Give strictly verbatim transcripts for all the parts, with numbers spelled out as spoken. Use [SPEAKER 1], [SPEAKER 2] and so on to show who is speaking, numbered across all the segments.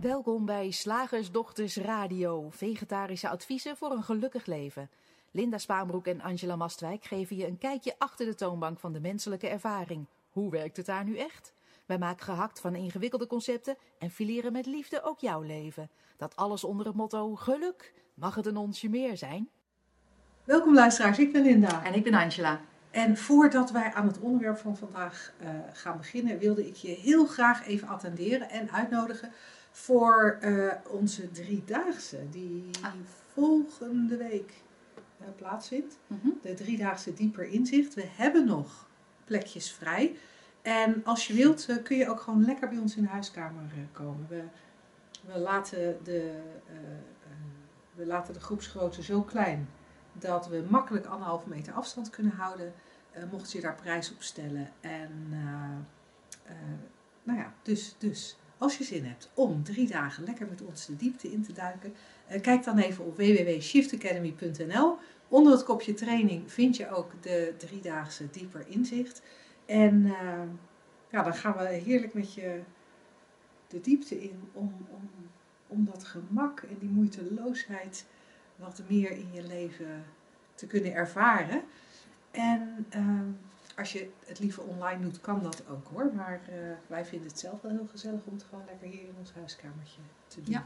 [SPEAKER 1] Welkom bij Slagersdochters Radio, vegetarische adviezen voor een gelukkig leven. Linda Spaanbroek en Angela Mastwijk geven je een kijkje achter de toonbank van de menselijke ervaring. Hoe werkt het daar nu echt? Wij maken gehakt van ingewikkelde concepten en fileren met liefde ook jouw leven. Dat alles onder het motto geluk. Mag het een onsje meer zijn?
[SPEAKER 2] Welkom luisteraars, ik ben Linda.
[SPEAKER 3] En ik ben Angela.
[SPEAKER 2] En voordat wij aan het onderwerp van vandaag uh, gaan beginnen, wilde ik je heel graag even attenderen en uitnodigen voor uh, onze driedaagse die ah. volgende week uh, plaatsvindt. Mm-hmm. De driedaagse dieper inzicht. We hebben nog plekjes vrij. En als je wilt uh, kun je ook gewoon lekker bij ons in de huiskamer uh, komen. We, we, laten de, uh, uh, we laten de groepsgrootte zo klein dat we makkelijk anderhalve meter afstand kunnen houden. Uh, mocht je daar prijs op stellen. En uh, uh, nou ja, dus, dus als je zin hebt om drie dagen lekker met ons de diepte in te duiken. Uh, kijk dan even op w w w punt shift academy punt n l. Onder het kopje training vind je ook de driedaagse dieper inzicht. En uh, ja, dan gaan we heerlijk met je de diepte in om, om, om dat gemak en die moeiteloosheid wat meer in je leven te kunnen ervaren. En uh, als je het liever online doet, kan dat ook hoor. Maar uh, wij vinden het zelf wel heel gezellig om het gewoon lekker hier in ons huiskamertje te doen.
[SPEAKER 3] Ja.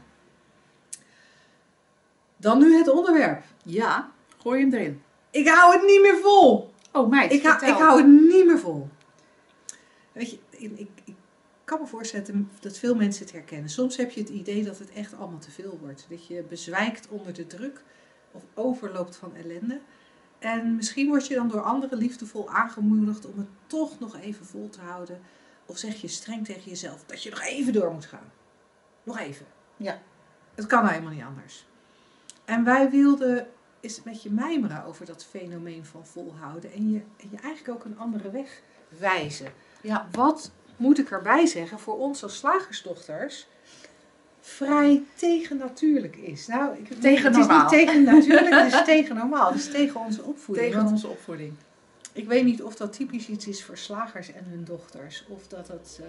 [SPEAKER 2] Dan nu het onderwerp.
[SPEAKER 3] Ja, gooi hem erin.
[SPEAKER 2] Ik hou het niet meer vol.
[SPEAKER 3] Oh meid,
[SPEAKER 2] ik, ha- ik hou het niet meer vol. Weet je, ik, ik, ik kan me voorstellen dat veel mensen het herkennen. Soms heb je het idee dat het echt allemaal te veel wordt. Dat je bezwijkt onder de druk of overloopt van ellende. En misschien word je dan door anderen liefdevol aangemoedigd om het toch nog even vol te houden. Of zeg je streng tegen jezelf dat je nog even door moet gaan. Nog even.
[SPEAKER 3] Ja.
[SPEAKER 2] Het kan nou helemaal niet anders. En wij wilden eens met je mijmeren over dat fenomeen van volhouden. En je, en je eigenlijk ook een andere weg wijzen.
[SPEAKER 3] Ja.
[SPEAKER 2] Wat moet ik erbij zeggen voor ons als slagersdochters vrij tegennatuurlijk is. Nou, ik,
[SPEAKER 3] tegen
[SPEAKER 2] het
[SPEAKER 3] normaal.
[SPEAKER 2] is niet tegen natuurlijk, het is tegen normaal. Het is tegen onze opvoeding.
[SPEAKER 3] Tegen
[SPEAKER 2] Want
[SPEAKER 3] onze opvoeding.
[SPEAKER 2] Ik weet niet of dat typisch iets is voor slagers en hun dochters. Of dat het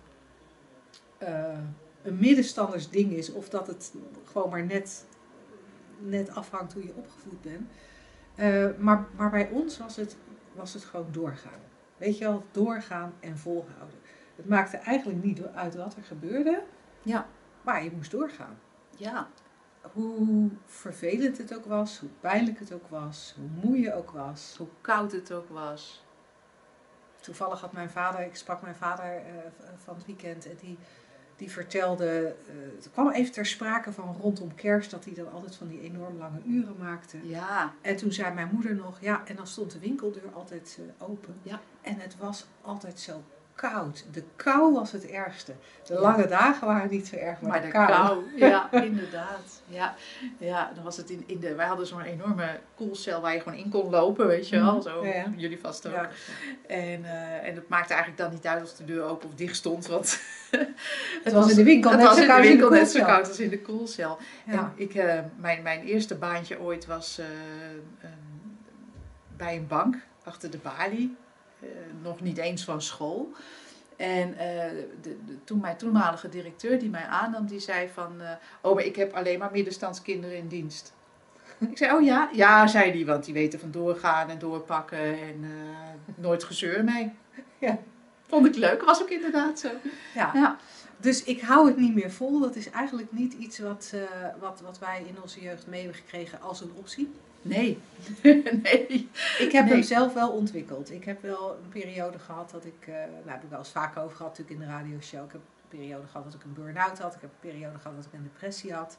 [SPEAKER 2] uh, uh, een middenstanders ding is. Of dat het gewoon maar net, net afhangt hoe je opgevoed bent. Uh, maar, maar bij ons was het, was het gewoon doorgaan. Weet je wel, doorgaan en volhouden. Het maakte eigenlijk niet uit wat er gebeurde.
[SPEAKER 3] Ja.
[SPEAKER 2] Maar je moest doorgaan.
[SPEAKER 3] Ja.
[SPEAKER 2] Hoe vervelend het ook was, hoe pijnlijk het ook was, hoe moe je ook was.
[SPEAKER 3] Hoe koud het ook was.
[SPEAKER 2] Toevallig had mijn vader, ik sprak mijn vader uh, van het weekend en die, die vertelde, uh, het kwam even ter sprake van rondom kerst dat hij dan altijd van die enorm lange uren maakte.
[SPEAKER 3] Ja.
[SPEAKER 2] En toen zei mijn moeder nog, ja, en dan stond de winkeldeur altijd uh, open.
[SPEAKER 3] Ja.
[SPEAKER 2] En het was altijd zo koud. De kou was het ergste. De lange dagen waren niet zo erg, maar,
[SPEAKER 3] maar
[SPEAKER 2] de,
[SPEAKER 3] de
[SPEAKER 2] kou.
[SPEAKER 3] kou. Ja, inderdaad. Ja, ja, dan was het in, in de. Wij hadden zo'n enorme koelcel waar je gewoon in kon lopen, weet je wel. Zo,
[SPEAKER 2] ja, ja.
[SPEAKER 3] Jullie vast ook.
[SPEAKER 2] Ja.
[SPEAKER 3] En, uh, en het maakte eigenlijk dan niet uit of de deur open of dicht stond, want
[SPEAKER 2] het, het was in de winkel,
[SPEAKER 3] het
[SPEAKER 2] net,
[SPEAKER 3] was
[SPEAKER 2] zo
[SPEAKER 3] in de
[SPEAKER 2] koud
[SPEAKER 3] winkel
[SPEAKER 2] in de
[SPEAKER 3] net zo koud als in de koelcel.
[SPEAKER 2] Ja.
[SPEAKER 3] En ik, uh, mijn, mijn eerste baantje ooit was uh, um, bij een bank achter de balie. Uh, nog niet eens van school. En uh, de, de, toen mijn toenmalige directeur die mij aannam, die zei van... Uh, oh, maar ik heb alleen maar middenstandskinderen in dienst. Ik zei, oh ja? Ja, zei hij, want die weten van doorgaan en doorpakken en uh, nooit gezeur mee. Ja, vond ik leuk, was ook inderdaad zo.
[SPEAKER 2] Ja.
[SPEAKER 3] Ja.
[SPEAKER 2] Dus ik hou het niet meer vol. Dat is eigenlijk niet iets wat, uh, wat, wat wij in onze jeugd mee hebben gekregen als een optie.
[SPEAKER 3] Nee. nee.
[SPEAKER 2] Ik heb
[SPEAKER 3] nee.
[SPEAKER 2] hem zelf wel ontwikkeld. Ik heb wel een periode gehad dat ik, uh, nou heb ik wel eens vaker over gehad natuurlijk in de radioshow. Ik heb een periode gehad dat ik een burn-out had. Ik heb een periode gehad dat ik een depressie had.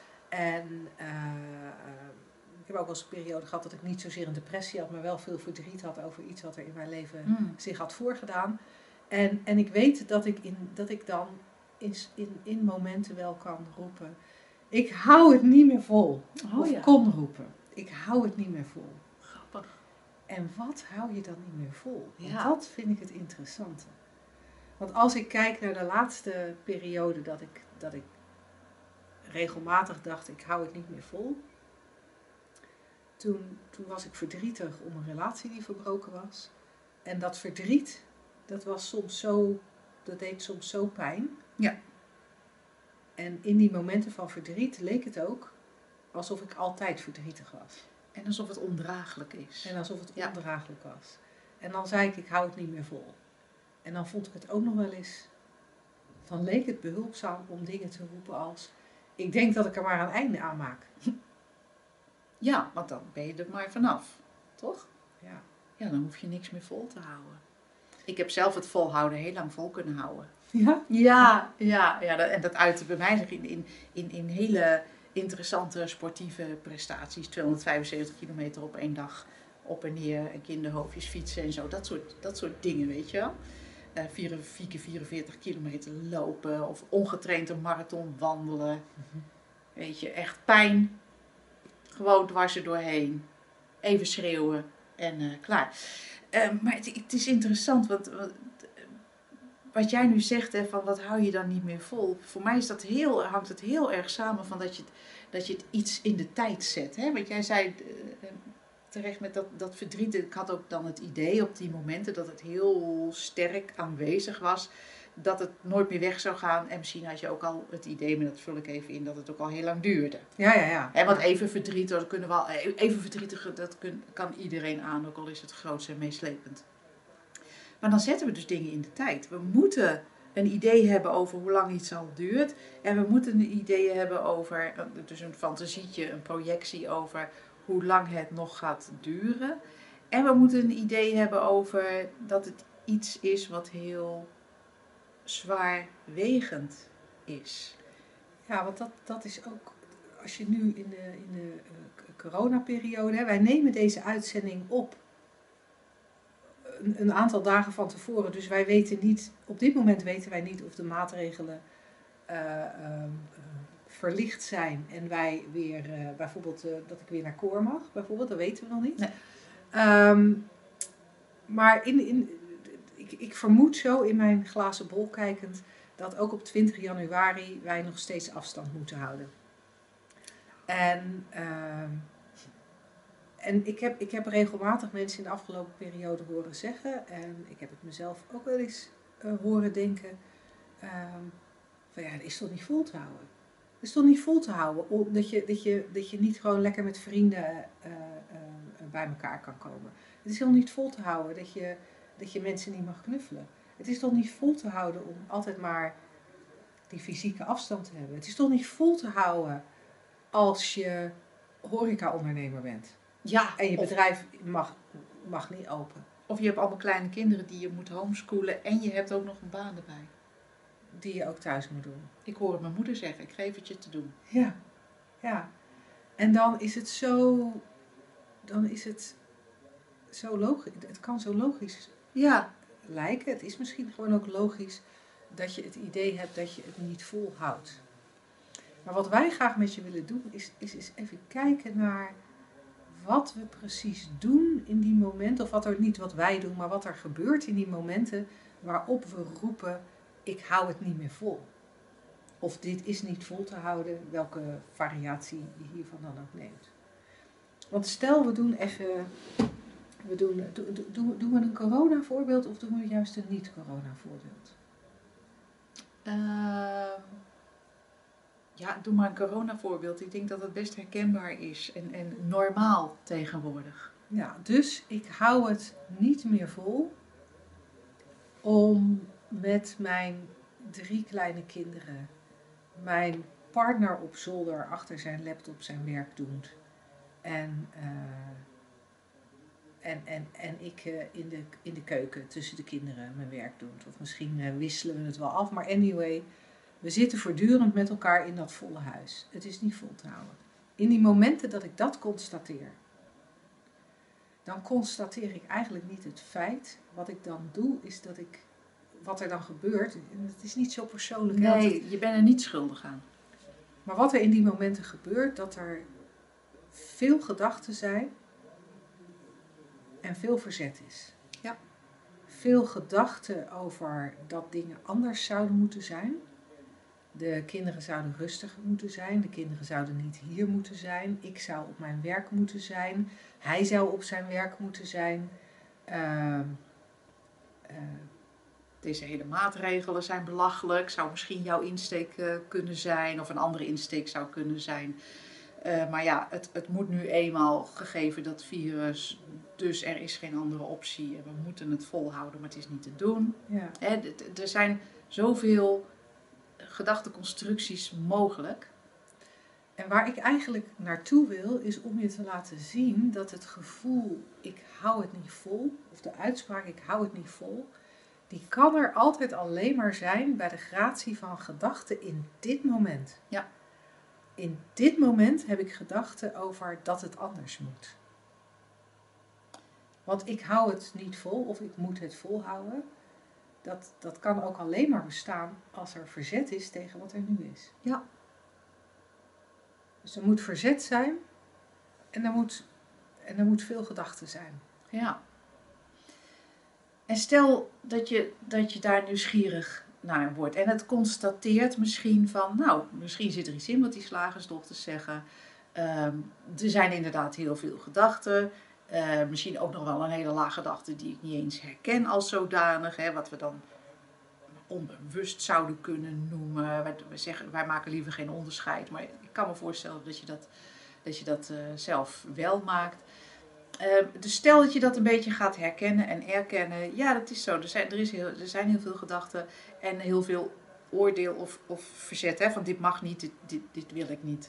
[SPEAKER 2] En uh, uh, ik heb ook wel eens een periode gehad dat ik niet zozeer een depressie had, maar wel veel verdriet had over iets wat er in mijn leven
[SPEAKER 3] mm.
[SPEAKER 2] zich had voorgedaan. En, en ik weet dat ik, in, dat ik dan in, in, in momenten wel kan roepen, ik hou het niet meer vol.
[SPEAKER 3] Oh,
[SPEAKER 2] of
[SPEAKER 3] ja.
[SPEAKER 2] kon roepen, ik hou het niet meer vol.
[SPEAKER 3] Grappig.
[SPEAKER 2] En wat hou je dan niet meer vol? Want
[SPEAKER 3] Ja.
[SPEAKER 2] dat vind ik het interessante. Want als ik kijk naar de laatste periode dat ik, dat ik regelmatig dacht, ik hou het niet meer vol. Toen, toen was ik verdrietig om een relatie die verbroken was. En dat verdriet, dat was soms zo, dat deed soms zo pijn.
[SPEAKER 3] Ja.
[SPEAKER 2] En in die momenten van verdriet leek het ook alsof ik altijd verdrietig was.
[SPEAKER 3] En alsof het ondraaglijk is.
[SPEAKER 2] En alsof het
[SPEAKER 3] Ja.
[SPEAKER 2] ondraaglijk was. En dan zei ik, ik hou het niet meer vol. En dan vond ik het ook nog wel eens, dan leek het behulpzaam om dingen te roepen als, ik denk dat ik er maar een einde aan maak.
[SPEAKER 3] Ja, want dan ben je er maar vanaf. Toch?
[SPEAKER 2] Ja.
[SPEAKER 3] Ja, dan hoef je niks meer vol te houden. Ik heb zelf het volhouden heel lang vol kunnen houden.
[SPEAKER 2] Ja?
[SPEAKER 3] Ja, ja, ja dat, en dat uitte bij mij zich in, in, in, in hele interessante sportieve prestaties. tweehonderdvijfenzeventig kilometer op één dag op en neer en kinderhoofdjes fietsen en zo. Dat soort, dat soort dingen, weet je wel. Uh, vier, vier keer vierenveertig kilometer lopen of ongetraind een marathon wandelen.
[SPEAKER 2] Mhm.
[SPEAKER 3] Weet je, echt pijn. Gewoon dwars er doorheen. Even schreeuwen en uh, klaar. Uh, maar het, het is interessant, want... want wat jij nu zegt, hè, van wat hou je dan niet meer vol? Voor mij is dat heel, hangt het heel erg samen van dat je het, dat je het iets in de tijd zet. Hè? Want jij zei uh, terecht met dat, dat verdriet. Ik had ook dan het idee op die momenten dat het heel sterk aanwezig was. Dat het nooit meer weg zou gaan. En misschien had je ook al het idee, maar dat vul ik even in, dat het ook al heel lang duurde.
[SPEAKER 2] Ja, ja, ja.
[SPEAKER 3] Hè, want even verdriet, dat kunnen we al, even verdrietig, dat kun, kan iedereen aan, ook al is het grootst en meeslepend. Maar dan zetten we dus dingen in de tijd. We moeten een idee hebben over hoe lang iets al duurt. En we moeten een idee hebben over, dus een fantasietje, een projectie over hoe lang het nog gaat duren. En we moeten een idee hebben over dat het iets is wat heel zwaarwegend is.
[SPEAKER 2] Ja, want dat, dat is ook, als je nu in de, in de uh, coronaperiode, hè, wij nemen deze uitzending op een, een aantal dagen van tevoren. Dus wij weten niet, op dit moment weten wij niet of de maatregelen uh, uh, uh, verlicht zijn. En wij weer, uh, bijvoorbeeld, uh, dat ik weer naar koor mag, bijvoorbeeld, dat weten we nog niet. Nee. Um, maar in, in, ik, ik vermoed zo in mijn glazen bol kijkend, dat ook op twintig januari wij nog steeds afstand moeten houden. En, uh, en ik, heb, ik heb regelmatig mensen in de afgelopen periode horen zeggen, en ik heb het mezelf ook wel eens uh, horen denken, uh, van ja, dat is toch niet vol te houden. Het is toch niet vol te houden, dat je, dat je, dat je niet gewoon lekker met vrienden uh, uh, bij elkaar kan komen. Het is helemaal niet vol te houden dat je, dat je mensen niet mag knuffelen. Het is toch niet vol te houden om altijd maar die fysieke afstand te hebben. Het is toch niet vol te houden als je horeca-ondernemer bent.
[SPEAKER 3] Ja,
[SPEAKER 2] en je
[SPEAKER 3] of,
[SPEAKER 2] bedrijf mag, mag niet open.
[SPEAKER 3] Of je hebt allemaal kleine kinderen die je moet homeschoolen en je hebt ook nog een baan erbij.
[SPEAKER 2] Die je ook thuis moet doen.
[SPEAKER 3] Ik hoor het mijn moeder zeggen, ik geef het je te doen.
[SPEAKER 2] Ja, ja. En dan is het zo, dan is het zo logisch, het kan zo logisch
[SPEAKER 3] ja.
[SPEAKER 2] lijken. Het is misschien gewoon ook logisch dat je het idee hebt dat je het niet volhoudt. Maar wat wij graag met je willen doen, is, is, is even kijken naar wat we precies doen in die momenten. Of wat er niet wat wij doen, maar wat er gebeurt in die momenten waarop we roepen, ik hou het niet meer vol. Of dit is niet vol te houden, welke variatie je hiervan dan ook neemt. Want stel we doen even, we doen, do, do, do, doen we een corona voorbeeld of doen we juist een niet corona voorbeeld?
[SPEAKER 3] Uh, ja, doe maar een corona voorbeeld. Ik denk dat het best herkenbaar is en, en normaal tegenwoordig.
[SPEAKER 2] Ja, dus ik hou het niet meer vol om met mijn drie kleine kinderen, mijn partner op zolder achter zijn laptop zijn werk doet en, uh, en, en, en ik uh, in, de, in de keuken tussen de kinderen mijn werk doet. Of misschien uh, wisselen we het wel af, maar anyway, we zitten voortdurend met elkaar in dat volle huis. Het is niet vol te houden. In die momenten dat ik dat constateer, dan constateer ik eigenlijk niet het feit. Wat ik dan doe, is dat ik, wat er dan gebeurt, en het is niet zo persoonlijk.
[SPEAKER 3] Nee,
[SPEAKER 2] het,
[SPEAKER 3] je bent er niet schuldig aan.
[SPEAKER 2] Maar wat er in die momenten gebeurt, dat er veel gedachten zijn en veel verzet is.
[SPEAKER 3] Ja.
[SPEAKER 2] Veel gedachten over dat dingen anders zouden moeten zijn. De kinderen zouden rustiger moeten zijn. De kinderen zouden niet hier moeten zijn. Ik zou op mijn werk moeten zijn. Hij zou op zijn werk moeten zijn. Uh, uh,
[SPEAKER 3] deze hele maatregelen zijn belachelijk. Zou misschien jouw insteek uh, kunnen zijn of een andere insteek zou kunnen zijn. Uh, maar ja, het, het moet nu eenmaal gegeven dat virus, dus er is geen andere optie. En we moeten het volhouden, maar het is niet te doen.
[SPEAKER 2] Ja.
[SPEAKER 3] Hè, er zijn zoveel gedachteconstructies mogelijk.
[SPEAKER 2] En waar ik eigenlijk naartoe wil, is om je te laten zien dat het gevoel, ik hou het niet vol, of de uitspraak, ik hou het niet vol, die kan er altijd alleen maar zijn bij de gratie van gedachten in dit moment.
[SPEAKER 3] Ja.
[SPEAKER 2] In dit moment heb ik gedachten over dat het anders moet. Want ik hou het niet vol, of ik moet het volhouden. Dat, dat kan ook alleen maar bestaan als er verzet is tegen wat er nu is.
[SPEAKER 3] Ja.
[SPEAKER 2] Dus er moet verzet zijn en er moet, en er moet veel gedachte zijn.
[SPEAKER 3] Ja. En stel dat je, dat je daar nieuwsgierig naar wordt en het constateert misschien van, nou, misschien zit er iets in wat die slagersdochters zeggen. Um, er zijn inderdaad heel veel gedachten. Uh, misschien ook nog wel een hele laag gedachte die ik niet eens herken als zodanig. Hè, wat we dan onbewust zouden kunnen noemen. Wij, wij, zeggen, wij maken liever geen onderscheid. Maar ik kan me voorstellen dat je dat, dat, je dat uh, zelf wel maakt. Uh, dus stel dat je dat een beetje gaat herkennen en erkennen. Ja, dat is zo. Er zijn, er is heel, er zijn heel veel gedachten en heel veel oordeel of, of verzet. Hè, van dit mag niet, dit, dit, dit wil ik niet.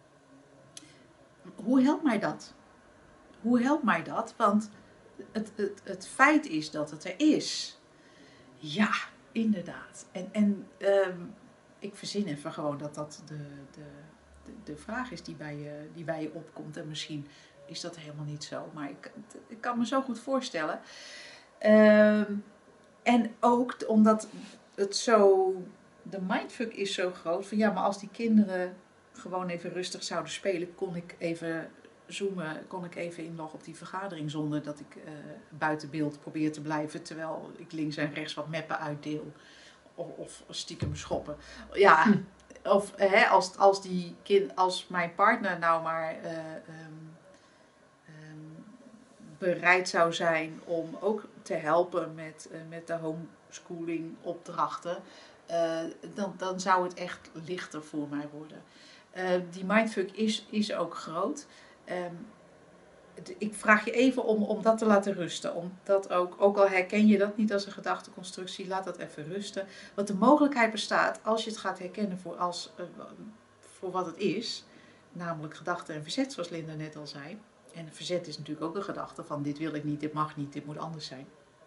[SPEAKER 3] Hoe helpt mij dat? Hoe helpt mij dat? Want het, het, het feit is dat het er is. Ja, inderdaad. En, en um, ik verzin even gewoon dat dat de, de, de, de vraag is die bij, je, die bij je opkomt. En misschien is dat helemaal niet zo. Maar ik, ik kan me zo goed voorstellen. Um, en ook omdat het zo... De mindfuck is zo groot. Van ja, maar als die kinderen gewoon even rustig zouden spelen, kon ik even zoomen, kon ik even inloggen op die vergadering zonder dat ik uh, buiten beeld probeer te blijven, terwijl ik links en rechts wat meppen uitdeel. Of, of stiekem schoppen. Ja, hm. of hè, als, als, die kind, als mijn partner nou maar uh, um, um, bereid zou zijn om ook te helpen met, uh, met de homeschooling opdrachten, uh, dan, dan zou het echt lichter voor mij worden. Uh, die mindfuck is, is ook groot. Um, ik vraag je even om, om dat te laten rusten. Om dat ook, ook al herken je dat niet als een gedachteconstructie, laat dat even rusten. Want de mogelijkheid bestaat, als je het gaat herkennen voor, als, uh, voor wat het is, namelijk gedachte en verzet, zoals Linda net al zei. En verzet is natuurlijk ook een gedachte van dit wil ik niet, dit mag niet, dit moet anders zijn.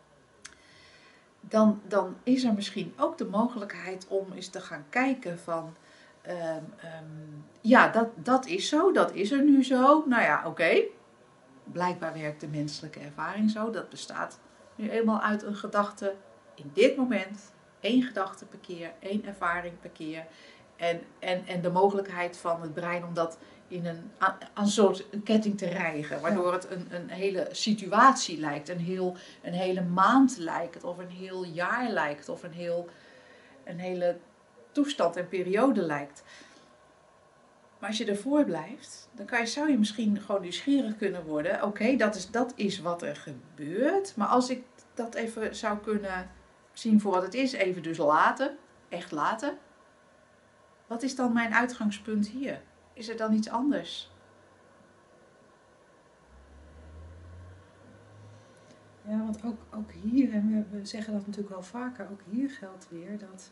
[SPEAKER 3] Dan, dan is er misschien ook de mogelijkheid om eens te gaan kijken van... Um, um, ja, dat, dat is zo, dat is er nu zo. Nou ja, oké. Okay. Blijkbaar werkt de menselijke ervaring zo. Dat bestaat nu eenmaal uit een gedachte in dit moment. Één gedachte per keer, één ervaring per keer. En, en, en de mogelijkheid van het brein om dat in een, aan, aan zo'n ketting te rijgen. Waardoor het een, een hele situatie lijkt. Een, heel, een hele maand lijkt. Of een heel jaar lijkt. Of een, heel, een hele... toestand en periode lijkt. Maar als je ervoor blijft, dan kan je, zou je misschien gewoon nieuwsgierig kunnen worden. Oké, okay, dat, is, dat is wat er gebeurt. Maar als ik dat even zou kunnen zien voor wat het is, even dus laten, echt laten. Wat is dan mijn uitgangspunt hier? Is er dan iets anders?
[SPEAKER 2] Ja, want ook, ook hier, en we, we zeggen dat natuurlijk wel vaker, ook hier geldt weer dat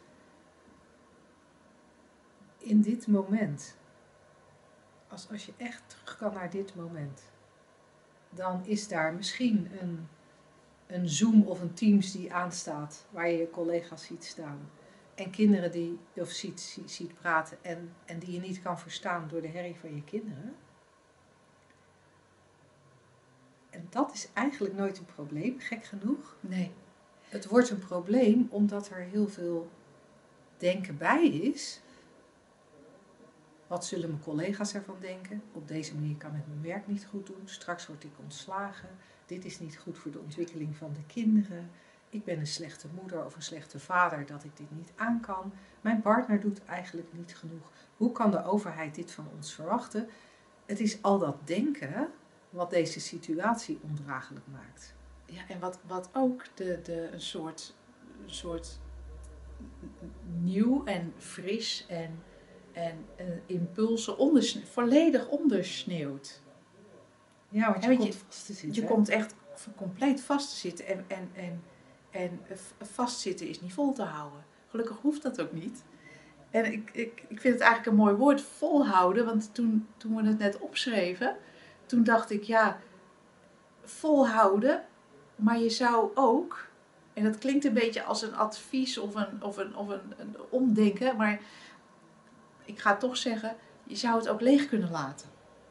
[SPEAKER 2] in dit moment, als, als je echt terug kan naar dit moment, dan is daar misschien een, een Zoom of een Teams die aanstaat, waar je je collega's ziet staan. En kinderen die je of ziet, ziet, ziet praten en, en die je niet kan verstaan door de herrie van je kinderen. En dat is eigenlijk nooit een probleem, gek genoeg.
[SPEAKER 3] Nee.
[SPEAKER 2] Het wordt een probleem omdat er heel veel denken bij is. Wat zullen mijn collega's ervan denken? Op deze manier kan ik mijn werk niet goed doen. Straks word ik ontslagen. Dit is niet goed voor de ontwikkeling van de kinderen. Ik ben een slechte moeder of een slechte vader dat ik dit niet aan kan. Mijn partner doet eigenlijk niet genoeg. Hoe kan de overheid dit van ons verwachten? Het is al dat denken wat deze situatie ondraaglijk maakt.
[SPEAKER 3] Ja, en wat, wat ook de, de, een soort soort nieuw en fris en, en uh, impulsen ondersne- volledig ondersneeuwt.
[SPEAKER 2] Ja, want je
[SPEAKER 3] He,
[SPEAKER 2] komt
[SPEAKER 3] je,
[SPEAKER 2] vast te zitten.
[SPEAKER 3] Je
[SPEAKER 2] hè?
[SPEAKER 3] komt echt compleet vast te zitten en, en, en, en vastzitten is niet vol te houden. Gelukkig hoeft dat ook niet. En ik, ik, ik vind het eigenlijk een mooi woord, volhouden, want toen, toen we het net opschreven, toen dacht ik, ja, volhouden, maar je zou ook, en dat klinkt een beetje als een advies of een, of een, of een, een omdenken, maar ik ga toch zeggen, je zou het ook leeg kunnen laten.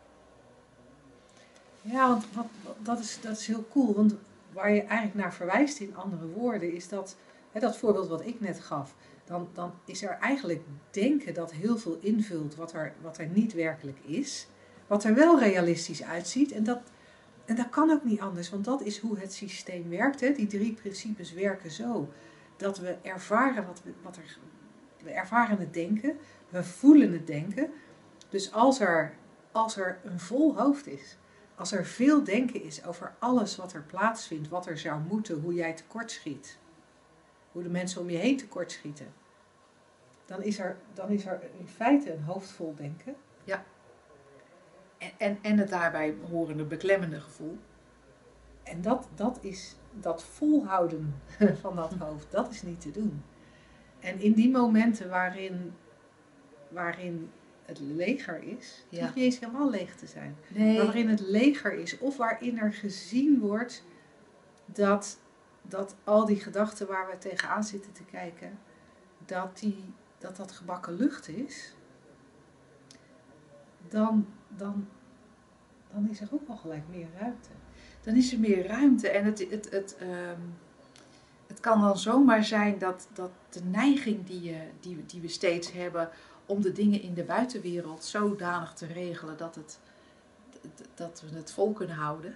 [SPEAKER 2] Ja, want wat, wat- dat, is, dat is heel cool. Want waar je eigenlijk naar verwijst in andere woorden, is dat, hè, dat voorbeeld wat ik net gaf. Dan, dan is er eigenlijk denken dat heel veel invult wat er, wat er niet werkelijk is. Wat er wel realistisch uitziet. En dat, en dat kan ook niet anders, want dat is hoe het systeem werkt. Hè. Die drie principes werken zo. Dat we ervaren wat, we, wat er... We ervaren het denken, we voelen het denken. Dus als er, als er een vol hoofd is, als er veel denken is over alles wat er plaatsvindt, wat er zou moeten, hoe jij tekortschiet, hoe de mensen om je heen tekortschieten, dan is er, dan is er in feite een hoofd vol denken.
[SPEAKER 3] Ja. En, en, en het daarbij horende beklemmende gevoel.
[SPEAKER 2] En dat, dat is dat volhouden van dat hoofd, dat is niet te doen. En in die momenten waarin, waarin het leger is, het
[SPEAKER 3] Ja.
[SPEAKER 2] hoeft niet eens helemaal leeg te zijn.
[SPEAKER 3] Nee.
[SPEAKER 2] Maar waarin het leger is, of waarin er gezien wordt dat, dat al die gedachten waar we tegenaan zitten te kijken, dat die, dat, dat gebakken lucht is, dan, dan, dan is er ook al gelijk meer ruimte.
[SPEAKER 3] Dan is er meer ruimte en het, het, het, um, het kan dan zomaar zijn dat, dat de neiging die, je, die, die we steeds hebben om de dingen in de buitenwereld zodanig te regelen dat, het, dat we het vol kunnen houden.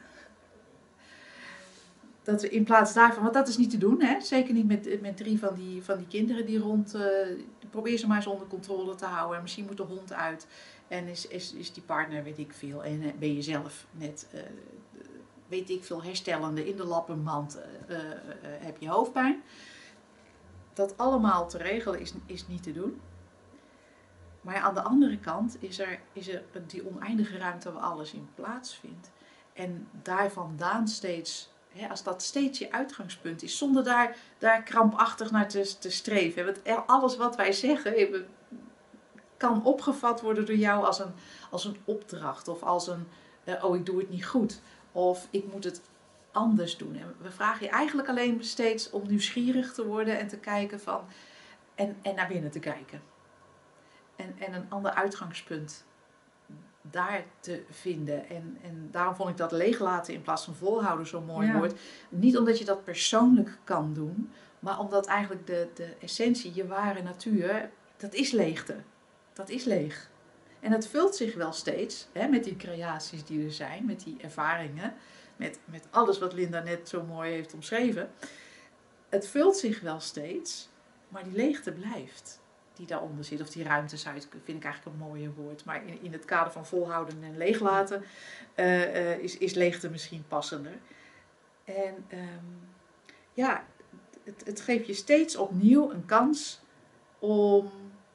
[SPEAKER 3] Dat we in plaats daarvan, want dat is niet te doen, hè? Zeker niet met, met drie van die, van die kinderen die rond, uh, probeer ze maar eens onder controle te houden. En misschien moet de hond uit en is, is, is die partner, weet ik veel, en uh, ben je zelf net, uh, weet ik veel, herstellende in de lappenmand, uh, uh, uh, heb je hoofdpijn. Dat allemaal te regelen is, is niet te doen. Maar aan de andere kant is er, is er die oneindige ruimte waar alles in plaatsvindt. En daar vandaan steeds, hè, als dat steeds je uitgangspunt is, zonder daar, daar krampachtig naar te, te streven. Want alles wat wij zeggen kan opgevat worden door jou als een, als een opdracht. Of als een, uh, oh ik doe het niet goed. Of ik moet het anders doen. En we vragen je eigenlijk alleen steeds om nieuwsgierig te worden en te kijken van, en, en naar binnen te kijken. En, en een ander uitgangspunt daar te vinden. En, en daarom vond ik dat leeglaten in plaats van volhouden zo'n mooi
[SPEAKER 2] Ja.
[SPEAKER 3] woord. Niet omdat je dat persoonlijk kan doen, maar omdat eigenlijk de, de essentie, je ware natuur, dat is leegte. Dat is leeg. En het vult zich wel steeds, hè, met die creaties die er zijn, met die ervaringen, met, met alles wat Linda net zo mooi heeft omschreven. Het vult zich wel steeds, maar die leegte blijft. Die daaronder zit, of die ruimte zou je, vind ik eigenlijk een mooier woord. Maar in, in het kader van volhouden en leeglaten uh, uh, is, is leegte misschien passender. En um, ja, het, het geeft je steeds opnieuw een kans om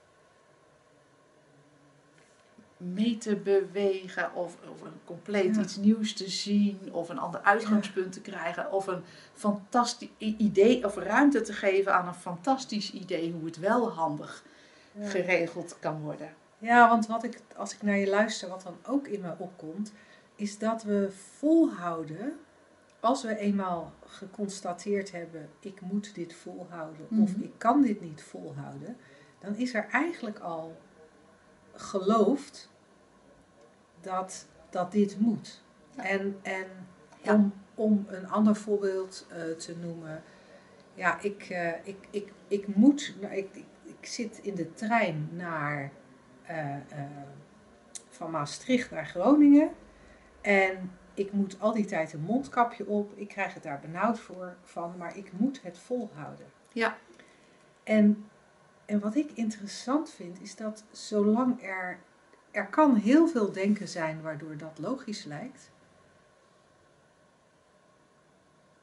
[SPEAKER 3] mee te bewegen of, of een compleet
[SPEAKER 2] Ja.
[SPEAKER 3] iets nieuws te zien of een ander uitgangspunt te krijgen of een fantastisch idee of ruimte te geven aan een fantastisch idee hoe het wel handig
[SPEAKER 2] Ja.
[SPEAKER 3] geregeld kan worden.
[SPEAKER 2] Ja, want wat ik, als ik naar je luister, wat dan ook in me opkomt, is dat we volhouden, als we eenmaal geconstateerd hebben, ik moet dit volhouden
[SPEAKER 3] Mm-hmm.
[SPEAKER 2] of ik kan dit niet volhouden, dan is er eigenlijk al geloofd dat, dat dit moet.
[SPEAKER 3] Ja.
[SPEAKER 2] En, en
[SPEAKER 3] Ja.
[SPEAKER 2] om, om een ander voorbeeld uh, te noemen, ja, ik, uh, ik, ik, ik moet, nou, ik, ik, ik zit in de trein naar, uh, uh, van Maastricht naar Groningen en ik moet al die tijd een mondkapje op, ik krijg het daar benauwd voor van, maar ik moet het volhouden.
[SPEAKER 3] Ja.
[SPEAKER 2] En, en wat ik interessant vind, is dat zolang er, er kan heel veel denken zijn waardoor dat logisch lijkt,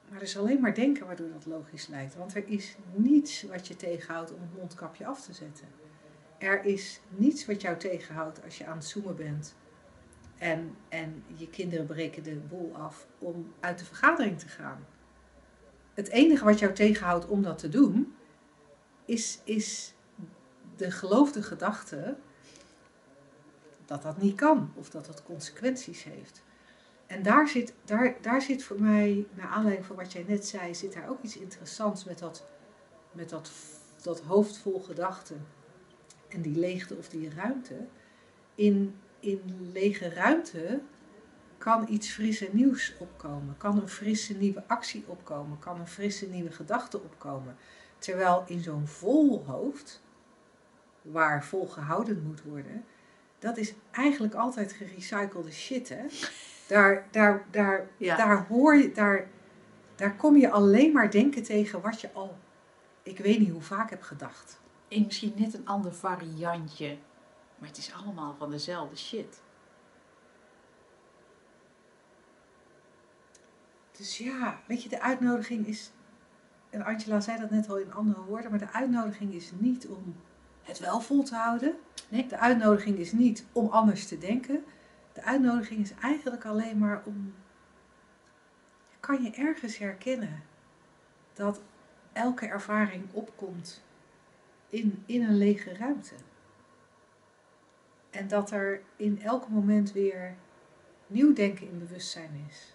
[SPEAKER 2] Maar er is alleen maar denken waardoor dat logisch lijkt. Want er is niets wat je tegenhoudt om het mondkapje af te zetten. Er is niets wat jou tegenhoudt als je aan het zoomen bent. En, en je kinderen breken de boel af om uit de vergadering te gaan. Het enige wat jou tegenhoudt om dat te doen, is, is de geloofde gedachte dat dat niet kan. Of dat dat consequenties heeft. En daar zit, daar, daar zit voor mij, naar aanleiding van wat jij net zei, zit daar ook iets interessants met dat, met dat, dat hoofd vol gedachten. En die leegte of die ruimte. In, in lege ruimte kan iets fris en nieuws opkomen. Kan een frisse nieuwe actie opkomen. Kan een frisse nieuwe gedachte opkomen. Terwijl in zo'n vol hoofd, waar vol gehouden moet worden, dat is eigenlijk altijd gerecyclede shit, hè? Daar, daar, daar,
[SPEAKER 3] Ja.
[SPEAKER 2] daar hoor je, daar, daar kom je alleen maar denken tegen wat je al, ik weet niet hoe vaak heb gedacht.
[SPEAKER 3] In misschien net een ander variantje. Maar het is allemaal van dezelfde shit.
[SPEAKER 2] Dus ja, weet je, de uitnodiging is, en Angela zei dat net al in andere woorden, maar de uitnodiging is niet om het wel vol te houden.
[SPEAKER 3] Nee.
[SPEAKER 2] De uitnodiging is niet om anders te denken. De uitnodiging is eigenlijk alleen maar om, kan je ergens herkennen dat elke ervaring opkomt in, in een lege ruimte. En dat er in elk moment weer nieuw denken in bewustzijn is.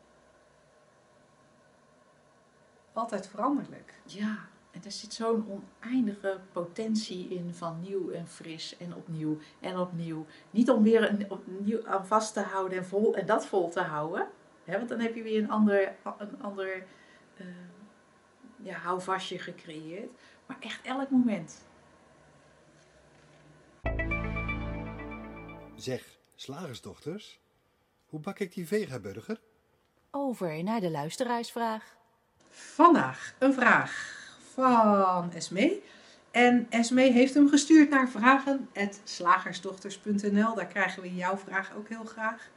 [SPEAKER 2] Altijd veranderlijk.
[SPEAKER 3] Ja, en er zit zo'n oneindige potentie in van nieuw en fris en opnieuw en opnieuw. Niet om weer een, opnieuw aan vast te houden en, vol, en dat vol te houden. Hè, want dan heb je weer een ander, een ander uh, ja, houvastje gecreëerd. Maar echt elk moment.
[SPEAKER 4] Zeg, slagersdochters, hoe bak ik die vegaburger?
[SPEAKER 1] Over naar de luisteraarsvraag.
[SPEAKER 2] Vandaag een vraag van Esmee. En Esmee heeft hem gestuurd naar vragen at slagersdochters punt n l. Daar krijgen we jouw vraag ook heel graag.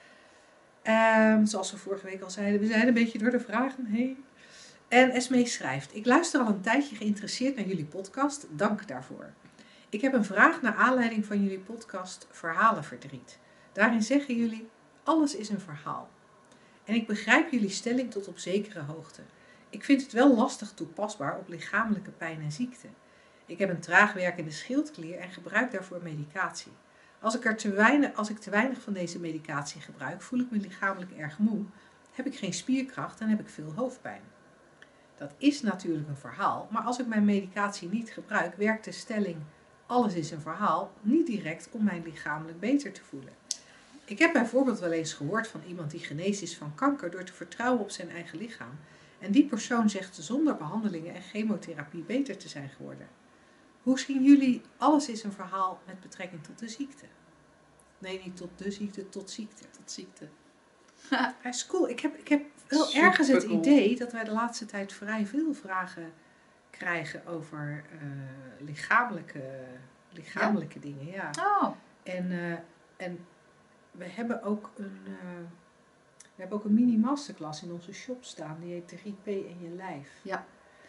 [SPEAKER 2] Um, zoals we vorige week al zeiden, we zijn een beetje door de vragen heen. En Esmee schrijft: ik luister al een tijdje geïnteresseerd naar jullie podcast. Dank daarvoor. Ik heb een vraag naar aanleiding van jullie podcast Verhalenverdriet. Daarin zeggen jullie: alles is een verhaal. En ik begrijp jullie stelling tot op zekere hoogte. Ik vind het wel lastig toepasbaar op lichamelijke pijn en ziekte. Ik heb een traag werkende schildklier en gebruik daarvoor medicatie. Als ik, er te weinig, als ik te weinig van deze medicatie gebruik, voel ik me lichamelijk erg moe, heb ik geen spierkracht en heb ik veel hoofdpijn. Dat is natuurlijk een verhaal, maar als ik mijn medicatie niet gebruik, werkt de stelling alles is een verhaal niet direct om mij lichamelijk beter te voelen. Ik heb bijvoorbeeld wel eens gehoord van iemand die genezen is van kanker door te vertrouwen op zijn eigen lichaam. En die persoon zegt zonder behandelingen en chemotherapie beter te zijn geworden. Hoe zien jullie alles is een verhaal met betrekking tot de ziekte? Nee, niet tot de ziekte, tot ziekte.
[SPEAKER 3] Tot ziekte.
[SPEAKER 2] Dat is cool. Ik heb, ik heb wel
[SPEAKER 3] Super
[SPEAKER 2] ergens het
[SPEAKER 3] cool.
[SPEAKER 2] idee dat wij de laatste tijd vrij veel vragen krijgen over uh, lichamelijke, lichamelijke ja? dingen. Ja.
[SPEAKER 3] Oh.
[SPEAKER 2] En, uh, en we hebben ook een, uh, we hebben ook een mini masterclass in onze shop staan. Die heet drie P in je lijf.
[SPEAKER 3] Ja.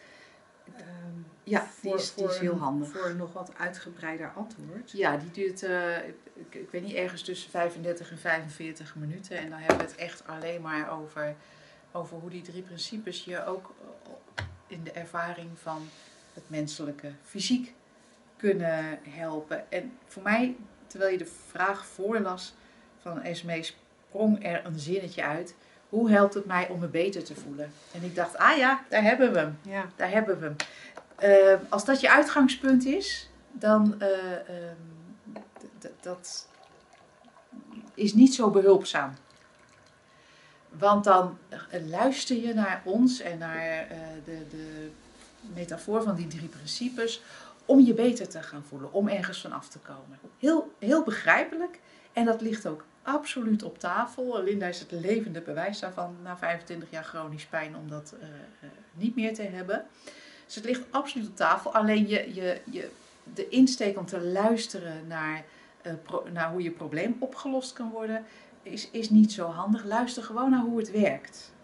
[SPEAKER 2] Um,
[SPEAKER 3] Ja, die
[SPEAKER 2] voor,
[SPEAKER 3] is, die is
[SPEAKER 2] voor
[SPEAKER 3] heel
[SPEAKER 2] een,
[SPEAKER 3] handig.
[SPEAKER 2] Voor een nog wat uitgebreider antwoord.
[SPEAKER 3] Ja, die duurt, uh, ik, ik weet niet, ergens tussen vijfendertig en vijfenveertig minuten. En dan hebben we het echt alleen maar over, over hoe die drie principes je ook in de ervaring van het menselijke fysiek kunnen helpen. En voor mij, terwijl je de vraag voorlas van Esmee, sprong er een zinnetje uit. Hoe helpt het mij om me beter te voelen? En ik dacht, ah ja, daar hebben we hem.
[SPEAKER 2] Ja.
[SPEAKER 3] Daar hebben we hem. Uh, als dat je uitgangspunt is, dan uh, um, d- d- dat is niet zo behulpzaam. Want dan uh, luister je naar ons en naar uh, de, de metafoor van die drie principes om je beter te gaan voelen, om ergens van af te komen. Heel, heel begrijpelijk en dat ligt ook absoluut op tafel. Linda is het levende bewijs daarvan na vijfentwintig jaar chronisch pijn om dat uh, uh, niet meer te hebben. Dus het ligt absoluut op tafel. Alleen je, je, je, de insteek om te luisteren naar, uh, pro, naar hoe je probleem opgelost kan worden, is, is niet zo handig. Luister gewoon naar hoe het werkt.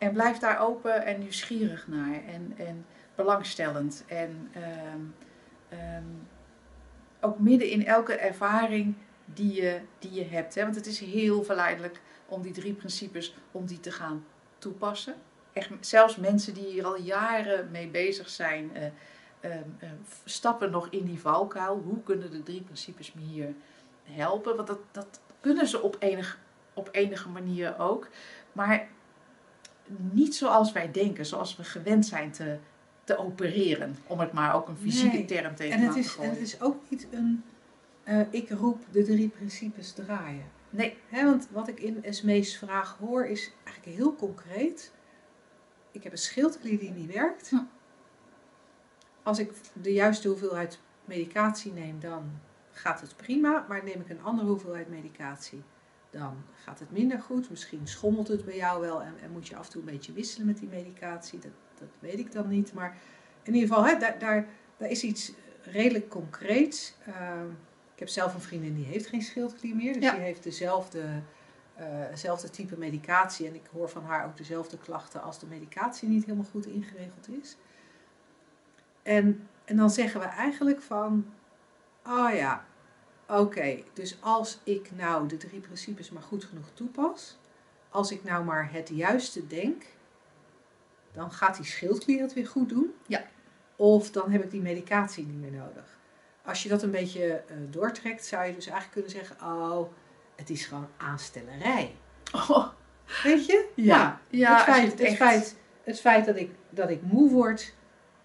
[SPEAKER 3] En blijf daar open en nieuwsgierig naar. En, en belangstellend. En um, um, ook midden in elke ervaring die je, die je hebt. Hè? Want het is heel verleidelijk om die drie principes, om die te gaan toepassen. Echt, zelfs mensen die hier al jaren mee bezig zijn, uh, uh, uh, stappen nog in die valkuil. Hoe kunnen de drie principes me hier helpen? Want dat, dat kunnen ze op, enig, op enige manier ook. Maar niet zoals wij denken, zoals we gewend zijn te, te opereren. Om het maar ook een fysieke
[SPEAKER 2] nee.
[SPEAKER 3] term tegen
[SPEAKER 2] en het
[SPEAKER 3] te
[SPEAKER 2] is,
[SPEAKER 3] gooien.
[SPEAKER 2] En het is ook niet een, uh, ik roep de drie principes draaien.
[SPEAKER 3] Nee.
[SPEAKER 2] He, want wat ik in Esmee's vraag hoor is eigenlijk heel concreet. Ik heb een schildklier die niet werkt.
[SPEAKER 3] Hm.
[SPEAKER 2] Als ik de juiste hoeveelheid medicatie neem, dan gaat het prima. Maar neem ik een andere hoeveelheid medicatie, dan gaat het minder goed. Misschien schommelt het bij jou wel en, en moet je af en toe een beetje wisselen met die medicatie. Dat, dat weet ik dan niet. Maar in ieder geval, he, daar, daar, daar is iets redelijk concreets. Uh, ik heb zelf een vriendin die heeft geen schildklier meer. Dus
[SPEAKER 3] ja.
[SPEAKER 2] die heeft dezelfde, uh, dezelfde type medicatie. En ik hoor van haar ook dezelfde klachten als de medicatie niet helemaal goed ingeregeld is. En, en dan zeggen we eigenlijk van, oh ja, oké, okay, dus als ik nou de drie principes maar goed genoeg toepas, als ik nou maar het juiste denk, dan gaat die schildklier het weer goed doen.
[SPEAKER 3] Ja.
[SPEAKER 2] Of dan heb ik die medicatie niet meer nodig. Als je dat een beetje uh, doortrekt, zou je dus eigenlijk kunnen zeggen, oh, het is gewoon aanstellerij.
[SPEAKER 3] Oh.
[SPEAKER 2] Weet je?
[SPEAKER 3] Ja. ja
[SPEAKER 2] het, feit,
[SPEAKER 3] het,
[SPEAKER 2] het,
[SPEAKER 3] echt...
[SPEAKER 2] feit, het feit dat ik, dat ik moe word,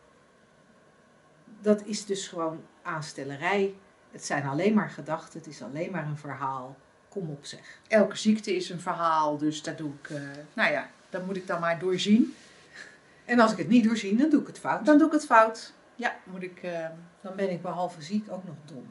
[SPEAKER 2] dat is dus gewoon aanstellerij. Het zijn alleen maar gedachten, het is alleen maar een verhaal. Kom op zeg.
[SPEAKER 3] Elke ziekte is een verhaal, dus dat doe ik, uh, nou ja, dat moet ik dan maar doorzien.
[SPEAKER 2] En als ik het niet doorzie, dan doe ik het fout.
[SPEAKER 3] Dan doe ik het fout. Ja, moet ik... Uh...
[SPEAKER 2] Dan ben ik behalve ziek ook nog dom.